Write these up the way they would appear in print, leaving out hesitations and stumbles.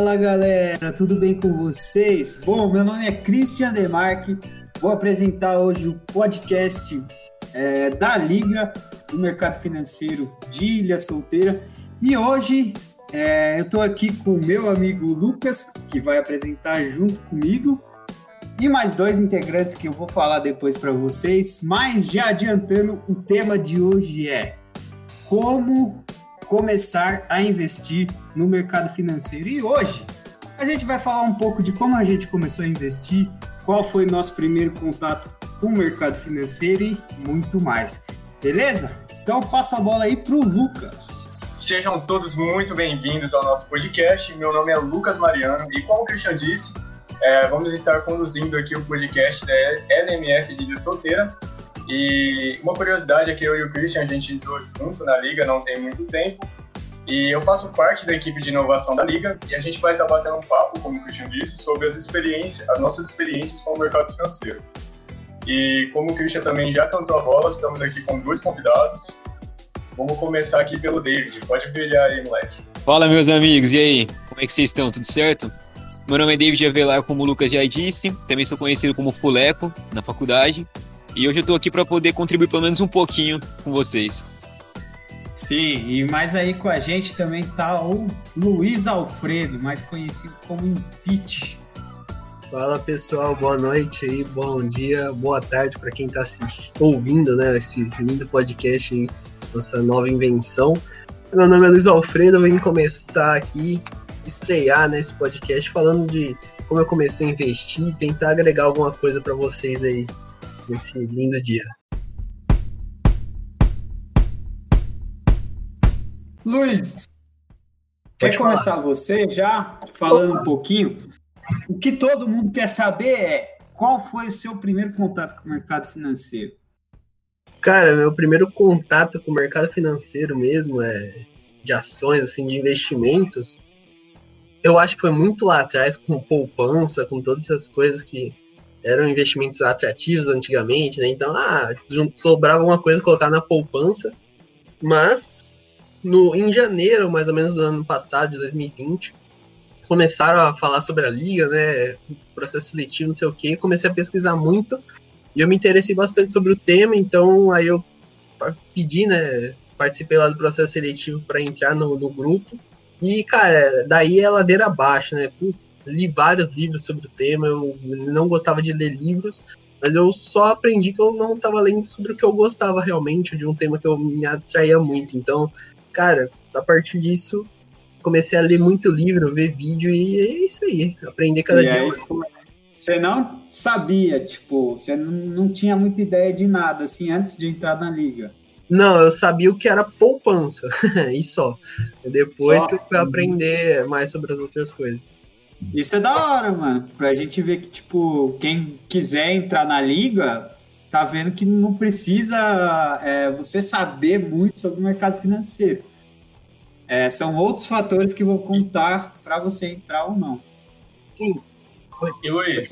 Fala galera, tudo bem com vocês? Bom, meu nome é Christian Demarque, vou apresentar hoje o podcast da Liga do Mercado Financeiro de Ilha Solteira e hoje eu estou aqui com o meu amigo Lucas, que vai apresentar junto comigo, e mais dois integrantes que eu vou falar depois para vocês, mas já adiantando, o tema de hoje é como começar a investir no mercado financeiro. E hoje a gente vai falar um pouco de como a gente começou a investir, qual foi nosso primeiro contato com o mercado financeiro e muito mais. Beleza? Então passo a bola aí pro Lucas. Sejam todos muito bem-vindos ao nosso podcast. Meu nome é Lucas Mariano e, como o Christian disse, vamos estar conduzindo aqui o podcast da LMF de Ilha Solteira. E uma curiosidade é que eu e o Christian, a gente entrou junto na Liga não tem muito tempo, e eu faço parte da equipe de inovação da Liga, e a gente vai estar batendo um papo, como o Christian disse, sobre as nossas experiências com o mercado financeiro. E como o Christian também já cantou a bola, estamos aqui com dois convidados. Vamos começar aqui pelo David. Pode brilhar aí, moleque. Fala, meus amigos, e aí? Como é que vocês estão? Tudo certo? Meu nome é David Avelar, como o Lucas já disse, também sou conhecido como Fuleco na faculdade. E hoje eu estou aqui para poder contribuir pelo menos um pouquinho com vocês. Sim, e mais aí com a gente também tá o Luiz Alfredo, mais conhecido como Impit. Fala pessoal, boa noite aí, bom dia, boa tarde para quem está ouvindo, né, esse lindo podcast aí, nossa nova invenção. Meu nome é Luiz Alfredo, eu vim começar aqui, estrear nesse podcast falando de como eu comecei a investir e tentar agregar alguma coisa para vocês aí nesse lindo dia. Luiz, quer começar você já falando um pouquinho? O que todo mundo quer saber é qual foi o seu primeiro contato com o mercado financeiro? Cara, meu primeiro contato com o mercado financeiro mesmo, de ações, assim, de investimentos, eu acho que foi muito lá atrás, com poupança, com todas essas coisas que eram investimentos atrativos antigamente, né? Então, sobrava uma coisa colocar na poupança. Mas, em janeiro, mais ou menos do ano passado, de 2020, começaram a falar sobre a Liga, né? Processo seletivo, não sei o quê. Comecei a pesquisar muito e eu me interessei bastante sobre o tema. Então, aí eu pedi, né? Participei lá do processo seletivo para entrar no grupo. E, cara, daí é ladeira abaixo, né? Putz, li vários livros sobre o tema, eu não gostava de ler livros, mas eu só aprendi que eu não estava lendo sobre o que eu gostava realmente, de um tema que eu me atraía muito. Então, cara, a partir disso, comecei a ler muito livro, ver vídeo e é isso aí, aprender cada dia mais. Você não sabia, você não tinha muita ideia de nada, assim, antes de entrar na Liga? Não, eu sabia o que era poupança, e só. Depois que eu fui aprender mais sobre as outras coisas. Isso é da hora, mano. Pra gente ver que, quem quiser entrar na Liga, tá vendo que não precisa você saber muito sobre o mercado financeiro. São outros fatores que vão contar para você entrar ou não. Sim. E Luiz,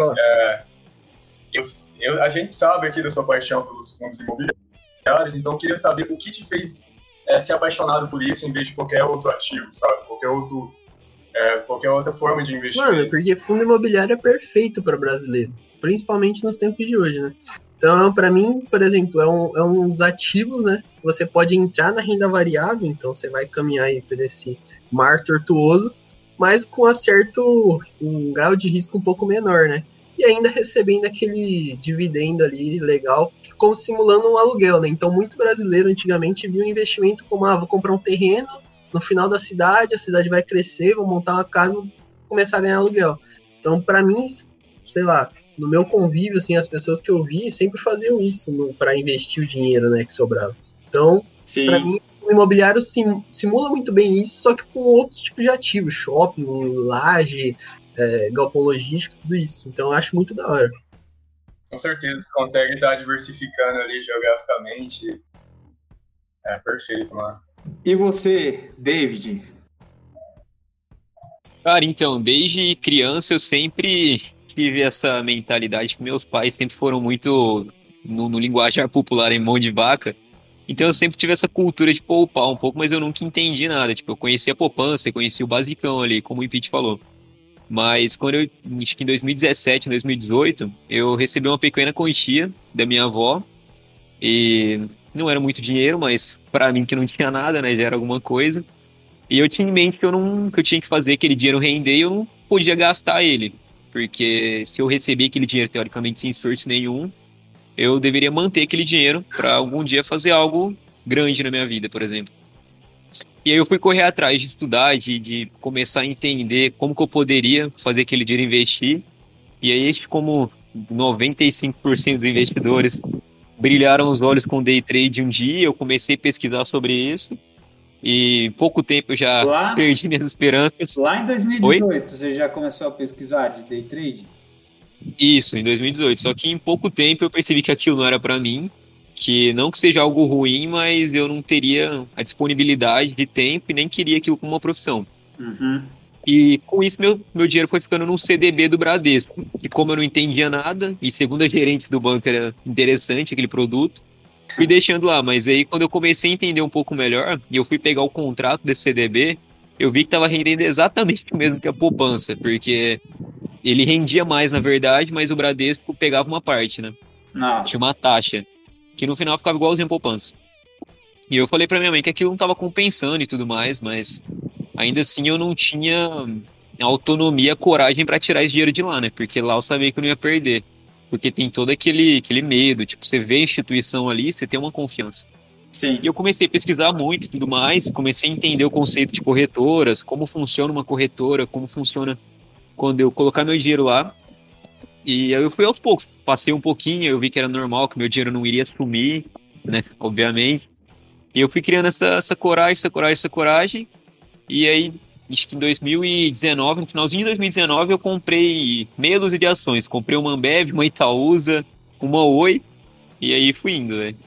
a gente sabe aqui da sua paixão pelos fundos imobiliários, então eu queria saber o que te fez ser apaixonado por isso em vez de qualquer outro ativo, sabe? Qualquer outra forma de investimento. Mano, porque fundo imobiliário é perfeito para brasileiro, principalmente nos tempos de hoje, né? Então, para mim, por exemplo, é um dos ativos, né? Você pode entrar na renda variável, então você vai caminhar aí por esse mar tortuoso, mas com um grau de risco um pouco menor, né? E ainda recebendo aquele dividendo ali legal, como simulando um aluguel, né? Então, muito brasileiro antigamente viu o investimento como, vou comprar um terreno no final da cidade, a cidade vai crescer, vou montar uma casa, vou começar a ganhar aluguel. Então, para mim, sei lá, no meu convívio, assim, as pessoas que eu vi sempre faziam isso para investir o dinheiro, né, que sobrava. Então, para mim, o imobiliário simula muito bem isso, só que com outros tipos de ativos, shopping, laje, galpão logístico, tudo isso. Então eu acho muito da hora. Com certeza, você consegue estar diversificando ali geograficamente. É perfeito, mano. E você, David? Cara, então, desde criança eu sempre tive essa mentalidade que meus pais sempre foram muito, no linguajar popular, em mão de vaca. Então eu sempre tive essa cultura de poupar um pouco, mas eu nunca entendi nada. Eu conhecia a poupança, conhecia o basicão ali, como o Impit falou. Mas quando eu, acho que em 2017, 2018, eu recebi uma pequena quantia da minha avó e não era muito dinheiro, mas para mim que não tinha nada, né, já era alguma coisa. E eu tinha em mente que eu tinha que fazer aquele dinheiro render e eu não podia gastar ele. Porque se eu receber aquele dinheiro teoricamente sem esforço nenhum, eu deveria manter aquele dinheiro para algum dia fazer algo grande na minha vida, por exemplo. E aí eu fui correr atrás de estudar, de começar a entender como que eu poderia fazer aquele dinheiro investir. E aí, como 95% dos investidores brilharam os olhos com day trade um dia, eu comecei a pesquisar sobre isso. E em pouco tempo eu já Lá, perdi minhas esperanças. lá em Oi? 2018, você já começou a pesquisar de day trade? Isso, em 2018. Só que em pouco tempo eu percebi que aquilo não era para mim, que não que seja algo ruim, mas eu não teria a disponibilidade de tempo e nem queria aquilo como uma profissão. Uhum. E com isso meu dinheiro foi ficando num CDB do Bradesco. E como eu não entendia nada, e segundo a gerente do banco era interessante aquele produto, fui deixando lá. Mas aí quando eu comecei a entender um pouco melhor, e eu fui pegar o contrato desse CDB, eu vi que estava rendendo exatamente o mesmo que a poupança, porque ele rendia mais, na verdade, mas o Bradesco pegava uma parte, né? Tinha Nossa. uma taxa, que no final ficava igualzinho a poupança. E eu falei pra minha mãe que aquilo não estava compensando e tudo mais, mas ainda assim eu não tinha a autonomia, a coragem para tirar esse dinheiro de lá, né? Porque lá eu sabia que eu não ia perder. Porque tem todo aquele medo, tipo, você vê a instituição ali, você tem uma confiança. E Sim. eu comecei a pesquisar muito e tudo mais, comecei a entender o conceito de corretoras, como funciona uma corretora, como funciona quando eu colocar meu dinheiro lá. E aí eu fui aos poucos, passei um pouquinho, eu vi que era normal, que meu dinheiro não iria sumir, né? Obviamente. E eu fui criando essa coragem, essa coragem, essa coragem. E aí, acho que em 2019, no finalzinho de 2019, eu comprei meia dúzia de ações. Comprei uma Ambev, uma Itaúsa, uma Oi, e aí fui indo, velho.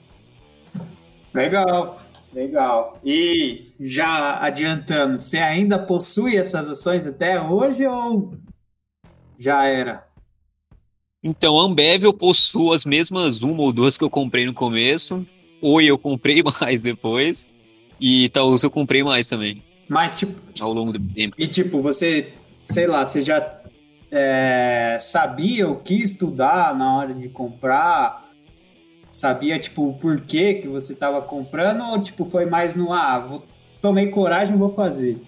Legal, legal. E já adiantando, você ainda possui essas ações até hoje ou já era? Então, a Ambev eu possuo as mesmas uma ou duas que eu comprei no começo. Oi, eu comprei mais depois. E Itaúsa eu comprei mais também, Mas, tipo, ao longo do tempo. e tipo, você, sei lá, você já sabia o que estudar na hora de comprar? Sabia, tipo, o porquê que você estava comprando? Ou, tipo, foi mais no, tomei coragem, vou fazer?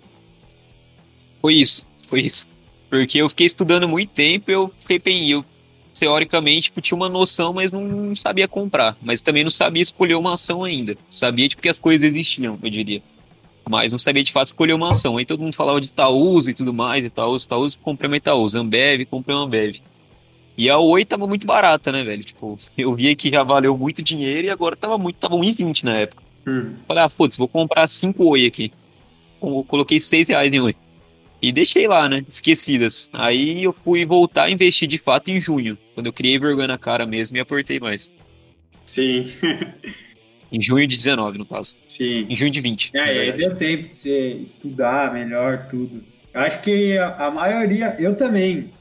Foi isso, foi isso. Porque eu fiquei estudando muito tempo, eu fiquei bem, eu teoricamente tipo, tinha uma noção, mas não sabia comprar. Mas também não sabia escolher uma ação ainda. Sabia tipo, que as coisas existiam, eu diria. Mas não sabia de fato escolher uma ação. Aí todo mundo falava de Itaúsa e tudo mais, Itaúsa, comprei uma Itaúsa, Ambev, comprei uma Ambev. E a Oi tava muito barata, né, velho? Tipo, eu via que já valeu muito dinheiro e agora tava 1,20 na época. Hum. Falei, foda-se, vou comprar 5 Oi aqui. Coloquei R$ 6 em Oi. E deixei lá, né? Esquecidas. Aí eu fui voltar a investir de fato em junho, quando eu criei vergonha na cara mesmo e aportei mais. Sim, Em junho de 19, no caso. sim. Em junho de 20, É, na aí verdade. deu tempo de você estudar melhor tudo. Eu acho que a maioria, eu também.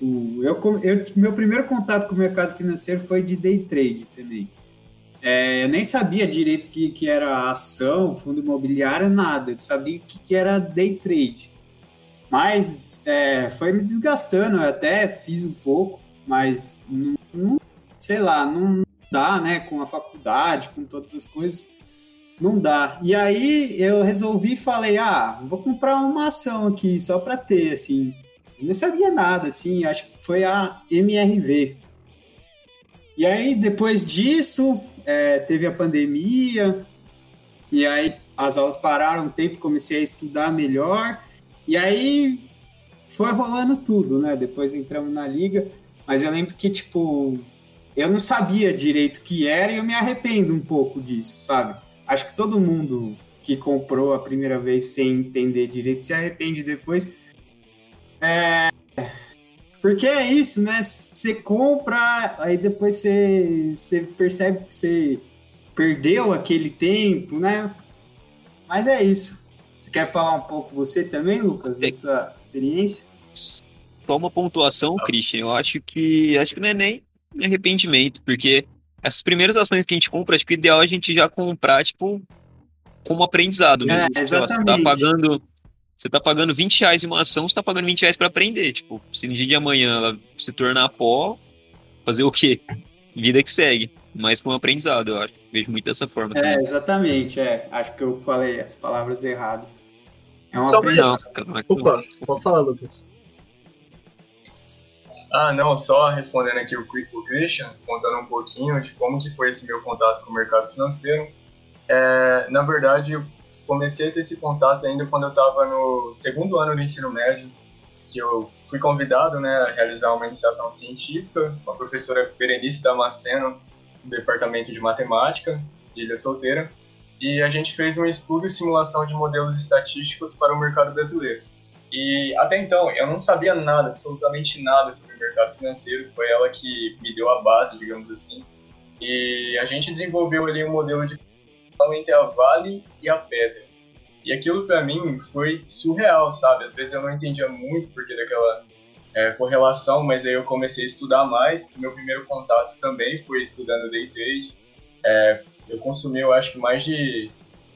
Meu primeiro contato com o mercado financeiro foi de day trade também. Eu nem sabia direito que era ação, fundo imobiliário, nada. Eu sabia que era day trade. Mas foi me desgastando, eu até fiz um pouco, mas sei lá, não dá, né? Com a faculdade, com todas as coisas, não dá. E aí eu resolvi e falei, vou comprar uma ação aqui, só para ter, assim. Eu não sabia nada, assim, acho que foi a MRV. E aí, depois disso, teve a pandemia, e aí as aulas pararam um tempo, comecei a estudar melhor, e aí foi rolando tudo, né? Depois entramos na liga, mas eu lembro que, tipo, eu não sabia direito o que era e eu me arrependo um pouco disso, sabe? Acho que todo mundo que comprou a primeira vez sem entender direito se arrepende depois. Porque é isso, né? Você compra, aí depois você percebe que você perdeu aquele tempo, né? Mas é isso. Você quer falar um pouco você também, Lucas, da É, sua experiência? só uma pontuação, Christian. Eu acho que não é nem arrependimento, porque essas primeiras ações que a gente compra, acho que o ideal é a gente já comprar, tipo, como aprendizado mesmo. Tipo, sei lá, Exatamente. Você tá pagando R$ 20 em uma ação, você tá pagando R$ 20 pra aprender. Tipo, se no dia de amanhã ela se tornar pó, fazer o quê? Vida que segue. Mas com aprendizado, eu acho. Vejo muito dessa forma também. Exatamente, acho que eu falei as palavras erradas. É um Só mais... Não, Opa, pode falar, Lucas. Não, só respondendo aqui o Christian, contando um pouquinho de como que foi esse meu contato com o mercado financeiro. Na verdade, eu comecei a ter esse contato ainda quando eu estava no segundo ano do ensino médio, que eu fui convidado, né, a realizar uma iniciação científica com a professora Berenice Damasceno, do Departamento de Matemática de Ilha Solteira, e a gente fez um estudo e simulação de modelos estatísticos para o mercado brasileiro. E até então, eu não sabia nada, absolutamente nada sobre o mercado financeiro, foi ela que me deu a base, digamos assim, e a gente desenvolveu ali um modelo de entre a Vale e a Pedra. E aquilo para mim foi surreal, sabe? Às vezes eu não entendia muito porque daquela correlação, mas aí eu comecei a estudar mais. Meu primeiro contato também foi estudando day trade. Eu consumi, eu acho que mais de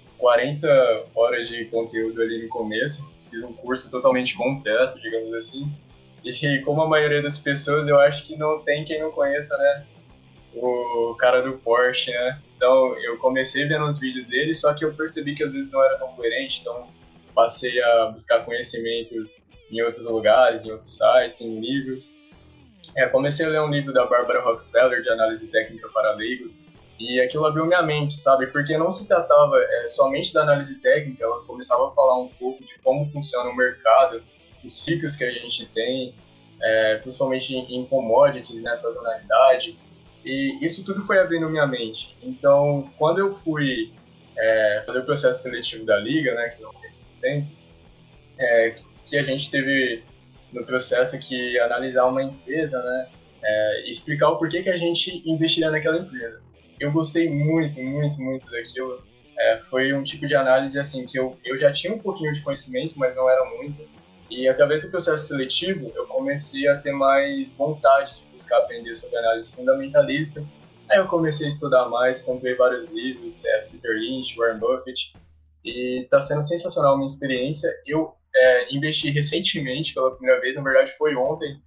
40 horas de conteúdo ali no começo. Fiz um curso totalmente completo, digamos assim. E como a maioria das pessoas, eu acho que não tem quem não conheça, né? O cara do Porsche, né? Então, eu comecei vendo os vídeos dele, só que eu percebi que às vezes não era tão coerente, então passei a buscar conhecimentos em outros lugares, em outros sites, em livros. Comecei a ler um livro da Barbara Rockefeller, de análise técnica para leigos, e aquilo abriu minha mente, sabe? Porque não se tratava somente da análise técnica, ela começava a falar um pouco de como funciona o mercado, os ciclos que a gente tem, principalmente em commodities, né, sazonalidade. E isso tudo foi abrindo minha mente. Então, quando eu fui fazer o processo seletivo da Liga, né, que não tem tempo, que a gente teve no processo que analisar uma empresa, né, e explicar o porquê que a gente investiria naquela empresa. Eu gostei muito, muito, muito daquilo. Foi um tipo de análise assim que eu já tinha um pouquinho de conhecimento, mas não era muito. E através do processo seletivo, eu comecei a ter mais vontade de buscar aprender sobre análise fundamentalista. Aí eu comecei a estudar mais, comprei vários livros, Peter Lynch, Warren Buffett, e está sendo sensacional a minha experiência. Eu investi recentemente, pela primeira vez, na verdade foi ontem,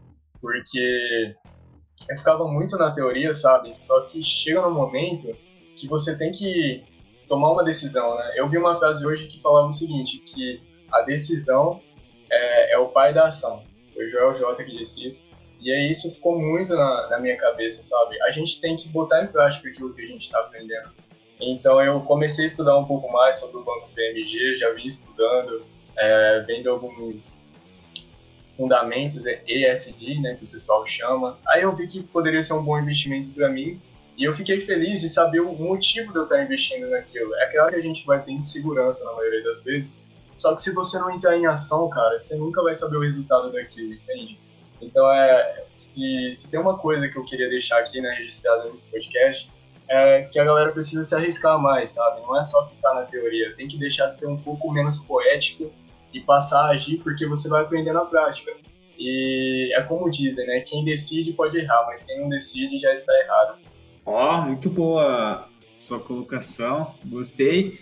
porque eu ficava muito na teoria, sabe? Só que chega num momento que você tem que tomar uma decisão, né? Eu vi uma frase hoje que falava o seguinte, que a decisão é o pai da ação. Foi o Joel J que disse isso. E aí isso ficou muito na minha cabeça, sabe? A gente tem que botar em prática aquilo que a gente está aprendendo. Então eu comecei a estudar um pouco mais sobre o Banco BMG, já vim estudando, vendo alguns fundamentos, ESG, né, que o pessoal chama. Aí eu vi que poderia ser um bom investimento para mim e eu fiquei feliz de saber o motivo de eu estar investindo naquilo. É claro que a gente vai ter insegurança na maioria das vezes, só que se você não entrar em ação, cara, você nunca vai saber o resultado daquilo, entende? Então, se tem uma coisa que eu queria deixar aqui, né, registrada nesse podcast, é que a galera precisa se arriscar mais, sabe? Não é só ficar na teoria, tem que deixar de ser um pouco menos poético e passar a agir, porque você vai aprender na prática. E é como dizem, né, quem decide pode errar, mas quem não decide já está errado. Muito boa sua colocação, gostei.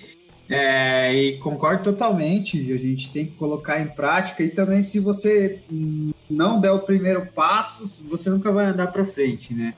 E concordo totalmente, a gente tem que colocar em prática e também se você não der o primeiro passo, você nunca vai andar para frente, né?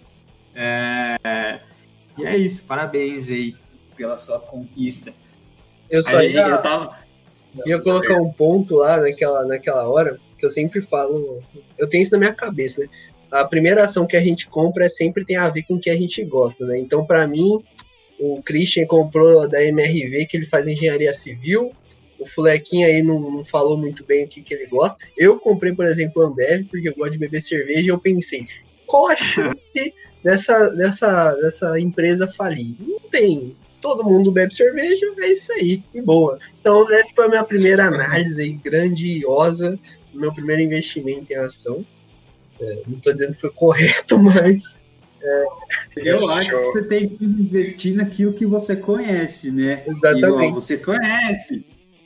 E é isso, parabéns aí pela sua conquista. Eu só ia colocar um ponto lá naquela hora, que eu sempre falo, eu tenho isso na minha cabeça, né? A primeira ação que a gente compra sempre tem a ver com o que a gente gosta, né? Então, para mim, o Christian comprou da MRV, que ele faz engenharia civil. O Fulequinho aí não falou muito bem o que ele gosta. Eu comprei, por exemplo, Ambev, porque eu gosto de beber cerveja, e eu pensei, qual a chance dessa empresa falir? Não tem. Todo mundo bebe cerveja, é isso aí, e boa. Então, essa foi a minha primeira análise aí, grandiosa, meu primeiro investimento em ação. Não estou dizendo que foi correto, mas... Eu acho que você tem que investir naquilo que você conhece, né? Exatamente. Igual você conhece.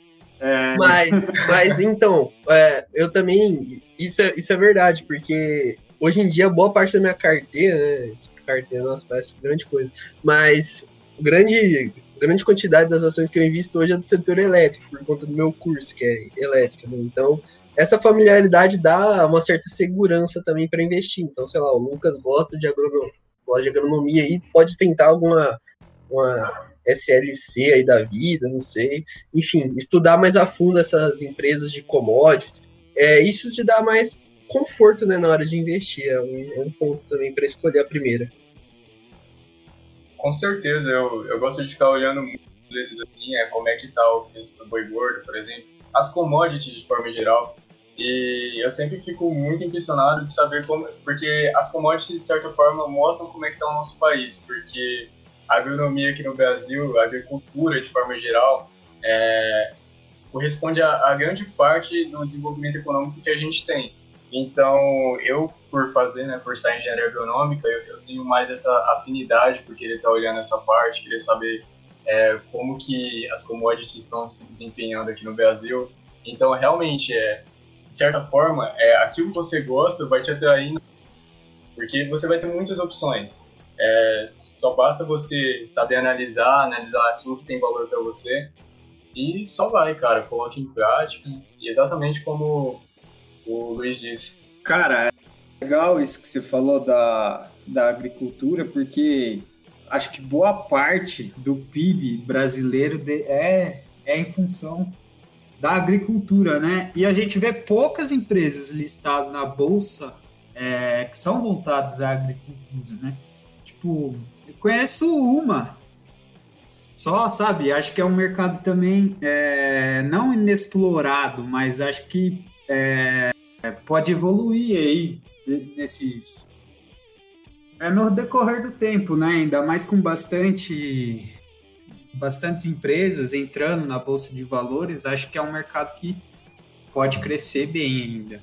Mas então, eu também... Isso é verdade, porque hoje em dia, boa parte da minha carteira, né? Carteira, nossa, parece grande coisa. Mas grande grande quantidade das ações que eu invisto hoje é do setor elétrico, por conta do meu curso, que é elétrica, né? Então, essa familiaridade dá uma certa segurança também para investir. Então, sei lá, o Lucas gosta de agronomia aí, pode tentar uma SLC aí da vida, não sei. Enfim, estudar mais a fundo essas empresas de commodities. Isso te dá mais conforto, né, na hora de investir. É um ponto também para escolher a primeira. Com certeza, eu gosto de ficar olhando muitas vezes assim, como é que tá o preço do boi gordo, por exemplo, as commodities de forma geral. E eu sempre fico muito impressionado de saber como, porque as commodities de certa forma mostram como é que está o nosso país, porque a agronomia aqui no Brasil, a agricultura de forma geral, corresponde a grande parte do desenvolvimento econômico que a gente tem. Então, eu, por estar em engenharia agronômica, eu tenho mais essa afinidade por querer estar olhando essa parte, querer saber como que as commodities estão se desempenhando aqui no Brasil. Então, realmente, de certa forma, aquilo que você gosta vai te atrair, porque você vai ter muitas opções. Só basta você saber analisar aquilo que tem valor para você e só vai, cara, coloque em prática, e exatamente como o Luiz disse. Cara, é legal isso que você falou da agricultura, porque acho que boa parte do PIB brasileiro é em função da agricultura, né? E a gente vê poucas empresas listadas na Bolsa que são voltadas à agricultura, né? Tipo, eu conheço uma só, sabe? Acho que é um mercado também não inexplorado, mas acho que pode evoluir aí no decorrer do tempo, né? Ainda mais com bastantes empresas entrando na Bolsa de Valores, acho que é um mercado que pode crescer bem ainda.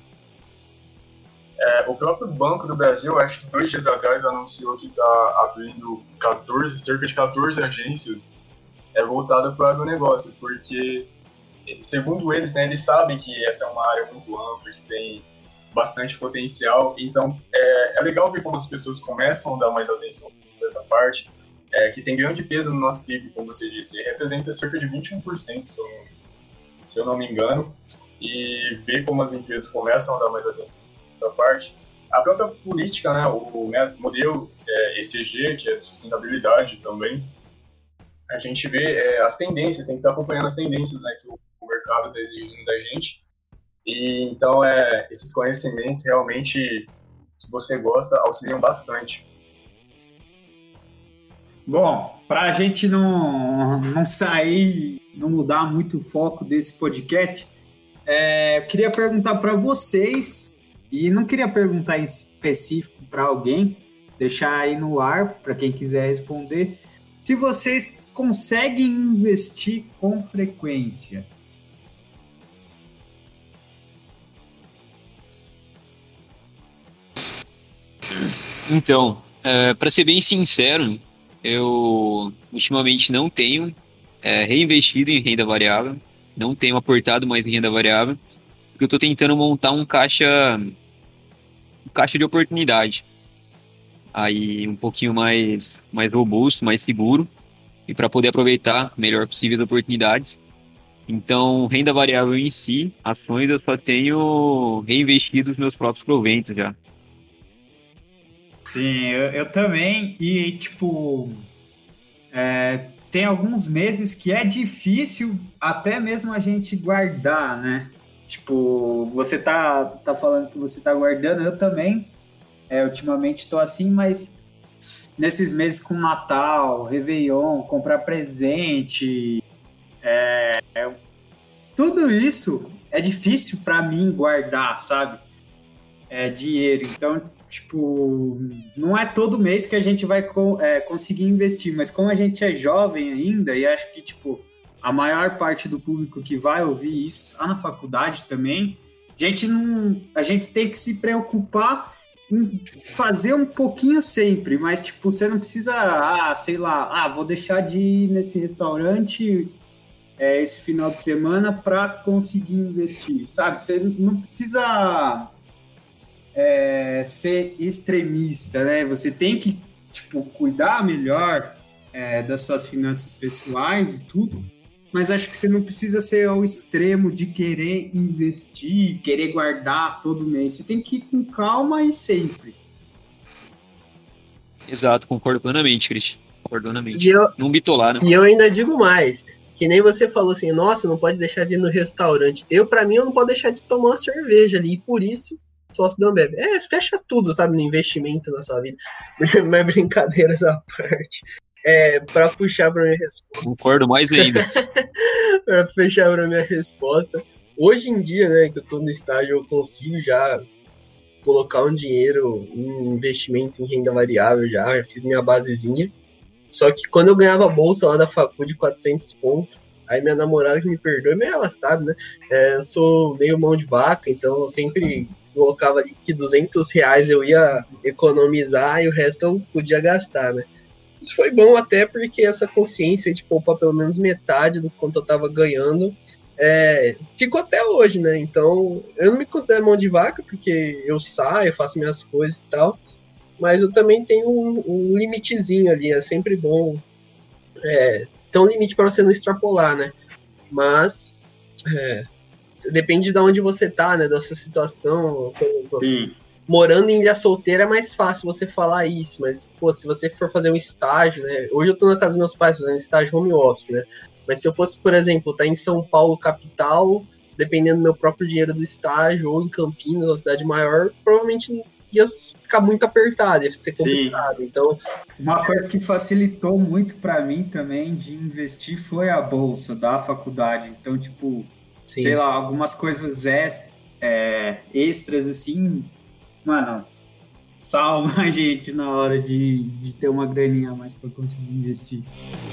O próprio Banco do Brasil, acho que 2 dias atrás, anunciou que está abrindo cerca de 14 agências voltadas para o agronegócio, porque, segundo eles, né, eles sabem que essa é uma área muito ampla, que tem bastante potencial. Então, é legal ver como as pessoas começam a dar mais atenção para essa parte, que tem grande peso no nosso PIB, como você disse, representa cerca de 21%, se eu não me engano, e ver como as empresas começam a dar mais atenção para essa parte. A própria política, né, o modelo ESG, que é de sustentabilidade também, a gente vê as tendências, tem que estar acompanhando as tendências, né, que o mercado está exigindo da gente. E então, esses conhecimentos realmente que você gosta auxiliam bastante. Bom, para a gente não sair, não mudar muito o foco desse podcast, eu queria perguntar para vocês, e não queria perguntar em específico para alguém, deixar aí no ar para quem quiser responder, se vocês conseguem investir com frequência. Então, para ser bem sincero, eu ultimamente não tenho reinvestido em renda variável, não tenho aportado mais em renda variável, porque eu estou tentando montar um caixa de oportunidade, aí um pouquinho mais robusto, mais seguro, e para poder aproveitar melhor possível as oportunidades. Então, renda variável em si, ações, eu só tenho reinvestido os meus próprios proventos já. Sim, eu também, e tipo, tem alguns meses que é difícil até mesmo a gente guardar, né? Tipo, você tá falando que você tá guardando, eu também, ultimamente estou assim, mas nesses meses com Natal, Réveillon, comprar presente, tudo isso é difícil para mim guardar, sabe? Dinheiro, então, tipo, não é todo mês que a gente vai conseguir investir, mas como a gente é jovem ainda, e acho que, tipo, a maior parte do público que vai ouvir isso está na faculdade também, a gente tem que se preocupar em fazer um pouquinho sempre, mas, tipo, você não precisa, sei lá, vou deixar de ir nesse restaurante esse final de semana para conseguir investir, sabe? Você não precisa ser extremista, né? Você tem que, tipo, cuidar melhor das suas finanças pessoais e tudo, mas acho que você não precisa ser ao extremo de querer investir, querer guardar todo mês. Você tem que ir com calma e sempre. Exato, concordo plenamente, Cris. Concordo plenamente. E eu, Não bitolar, né? e eu ainda digo mais, que nem você falou assim, nossa, não pode deixar de ir no restaurante. Pra mim, eu não posso deixar de tomar uma cerveja ali, e por isso, sócio da Ambev. Fecha tudo, sabe, no investimento na sua vida. Mas brincadeiras à parte. Pra puxar pra minha resposta. Concordo mais ainda. Pra fechar pra minha resposta. Hoje em dia, né, que eu tô no estágio, eu consigo já colocar um dinheiro em investimento em renda variável já fiz minha basezinha. Só que quando eu ganhava a bolsa lá da facu de 400 pontos, aí minha namorada que me perdoe, mas ela sabe, né? Eu sou meio mão de vaca, então eu sempre colocava ali que R$200 eu ia economizar e o resto eu podia gastar, né? Isso foi bom até porque essa consciência de poupar pelo menos metade do quanto eu tava ganhando ficou até hoje, né? Então eu não me considero mão de vaca porque eu saio, faço minhas coisas e tal, mas eu também tenho um limitezinho ali, é sempre bom ter um limite para você não extrapolar, né? Mas depende de onde você tá, né? Da sua situação. Sim. Morando em Ilha Solteira é mais fácil você falar isso, mas, pô, se você for fazer um estágio, né? Hoje eu tô na casa dos meus pais fazendo estágio home office, né? Mas se eu fosse, por exemplo, estar em São Paulo, capital, dependendo do meu próprio dinheiro do estágio, ou em Campinas, uma cidade maior, provavelmente ia ficar muito apertado, ia ser complicado. Sim. Então, uma coisa que facilitou muito para mim também de investir foi a bolsa da faculdade. Então, tipo, sim. sei lá, algumas coisas extras, assim, mano, salva a gente na hora de ter uma graninha a mais para conseguir investir.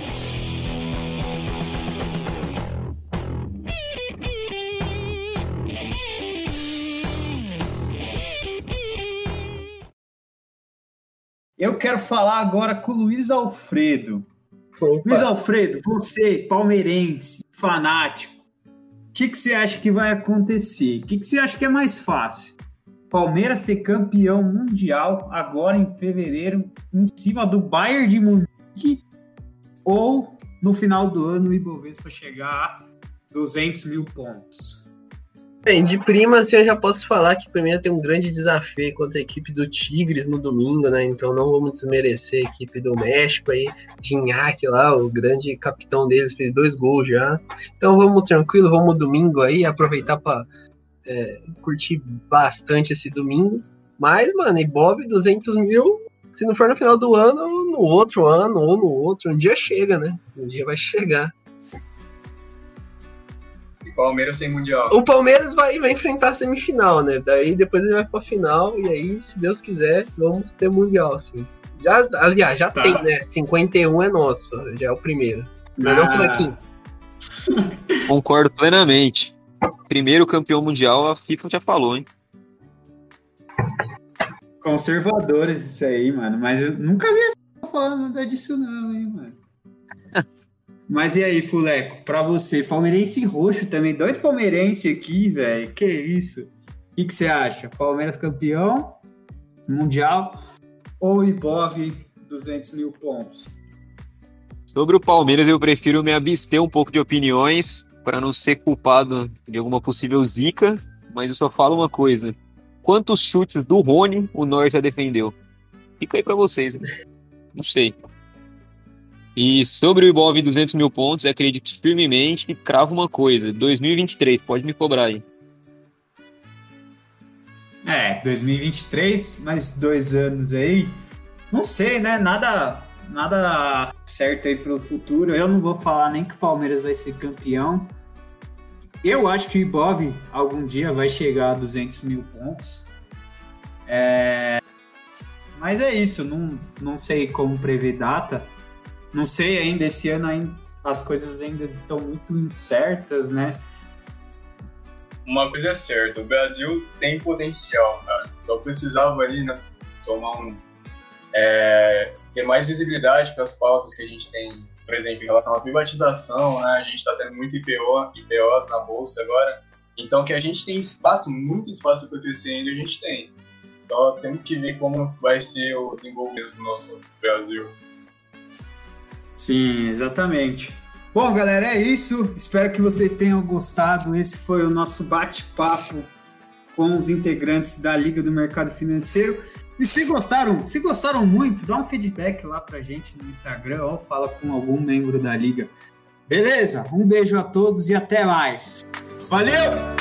Eu quero falar agora com o Luiz Alfredo. Opa. Luiz Alfredo, você, palmeirense, fanático, o que você acha que vai acontecer? O que você acha que é mais fácil? Palmeiras ser campeão mundial agora em fevereiro, em cima do Bayern de Munique, ou no final do ano o Ibovespa chegar a 200 mil pontos? Bem, de prima, assim, eu já posso falar que para mim tem um grande desafio contra a equipe do Tigres no domingo, né? Então não vamos desmerecer a equipe do México aí, Gignac lá, o grande capitão deles, fez 2 gols já. Então vamos tranquilo, vamos domingo aí, aproveitar para curtir bastante esse domingo. Mas, mano, Ibov 200 mil, se não for no final do ano, no outro ano ou no outro, um dia chega, né? Um dia vai chegar. Palmeiras sem Mundial. O Palmeiras vai enfrentar a semifinal, né? Daí depois ele vai pra final e aí, se Deus quiser, vamos ter Mundial, sim. Aliás, já tem, né? 51 é nosso, já é o primeiro. Não, Flequinho. Concordo plenamente. Primeiro campeão mundial, a FIFA já falou, hein? Conservadores isso aí, mano. Mas eu nunca vi falando nada disso não, hein, mano. Mas e aí, Fuleco, pra você, palmeirense roxo também, 2 palmeirenses aqui, velho, que isso? O que você acha? Palmeiras campeão mundial ou Ibov 200 mil pontos? Sobre o Palmeiras, eu prefiro me abster um pouco de opiniões para não ser culpado de alguma possível zica, mas eu só falo uma coisa. Quantos chutes do Rony o Neuer já defendeu? Fica aí pra vocês, né? Não sei. E sobre o Ibov 200 mil pontos, acredito firmemente e cravo uma coisa. 2023, pode me cobrar aí. 2023, mais 2 anos aí. Não sei, né? Nada certo aí pro futuro. Eu não vou falar nem que o Palmeiras vai ser campeão. Eu acho que o Ibov algum dia vai chegar a 200 mil pontos. Mas é isso, não sei como prever data. Não sei ainda, esse ano as coisas ainda estão muito incertas, né? Uma coisa é certa, o Brasil tem potencial, cara. Só precisava ali, né, ter mais visibilidade para as pautas que a gente tem, por exemplo, em relação à privatização, né? A gente está tendo muito IPOs na Bolsa agora. Então, que a gente tem muito espaço para crescer ainda, a gente tem. Só temos que ver como vai ser o desenvolvimento do nosso Brasil. Sim, exatamente. Bom, galera, é isso. Espero que vocês tenham gostado. Esse foi o nosso bate-papo com os integrantes da Liga do Mercado Financeiro. E se gostaram muito, dá um feedback lá pra gente no Instagram ou fala com algum membro da Liga. Beleza? Um beijo a todos e até mais. Valeu!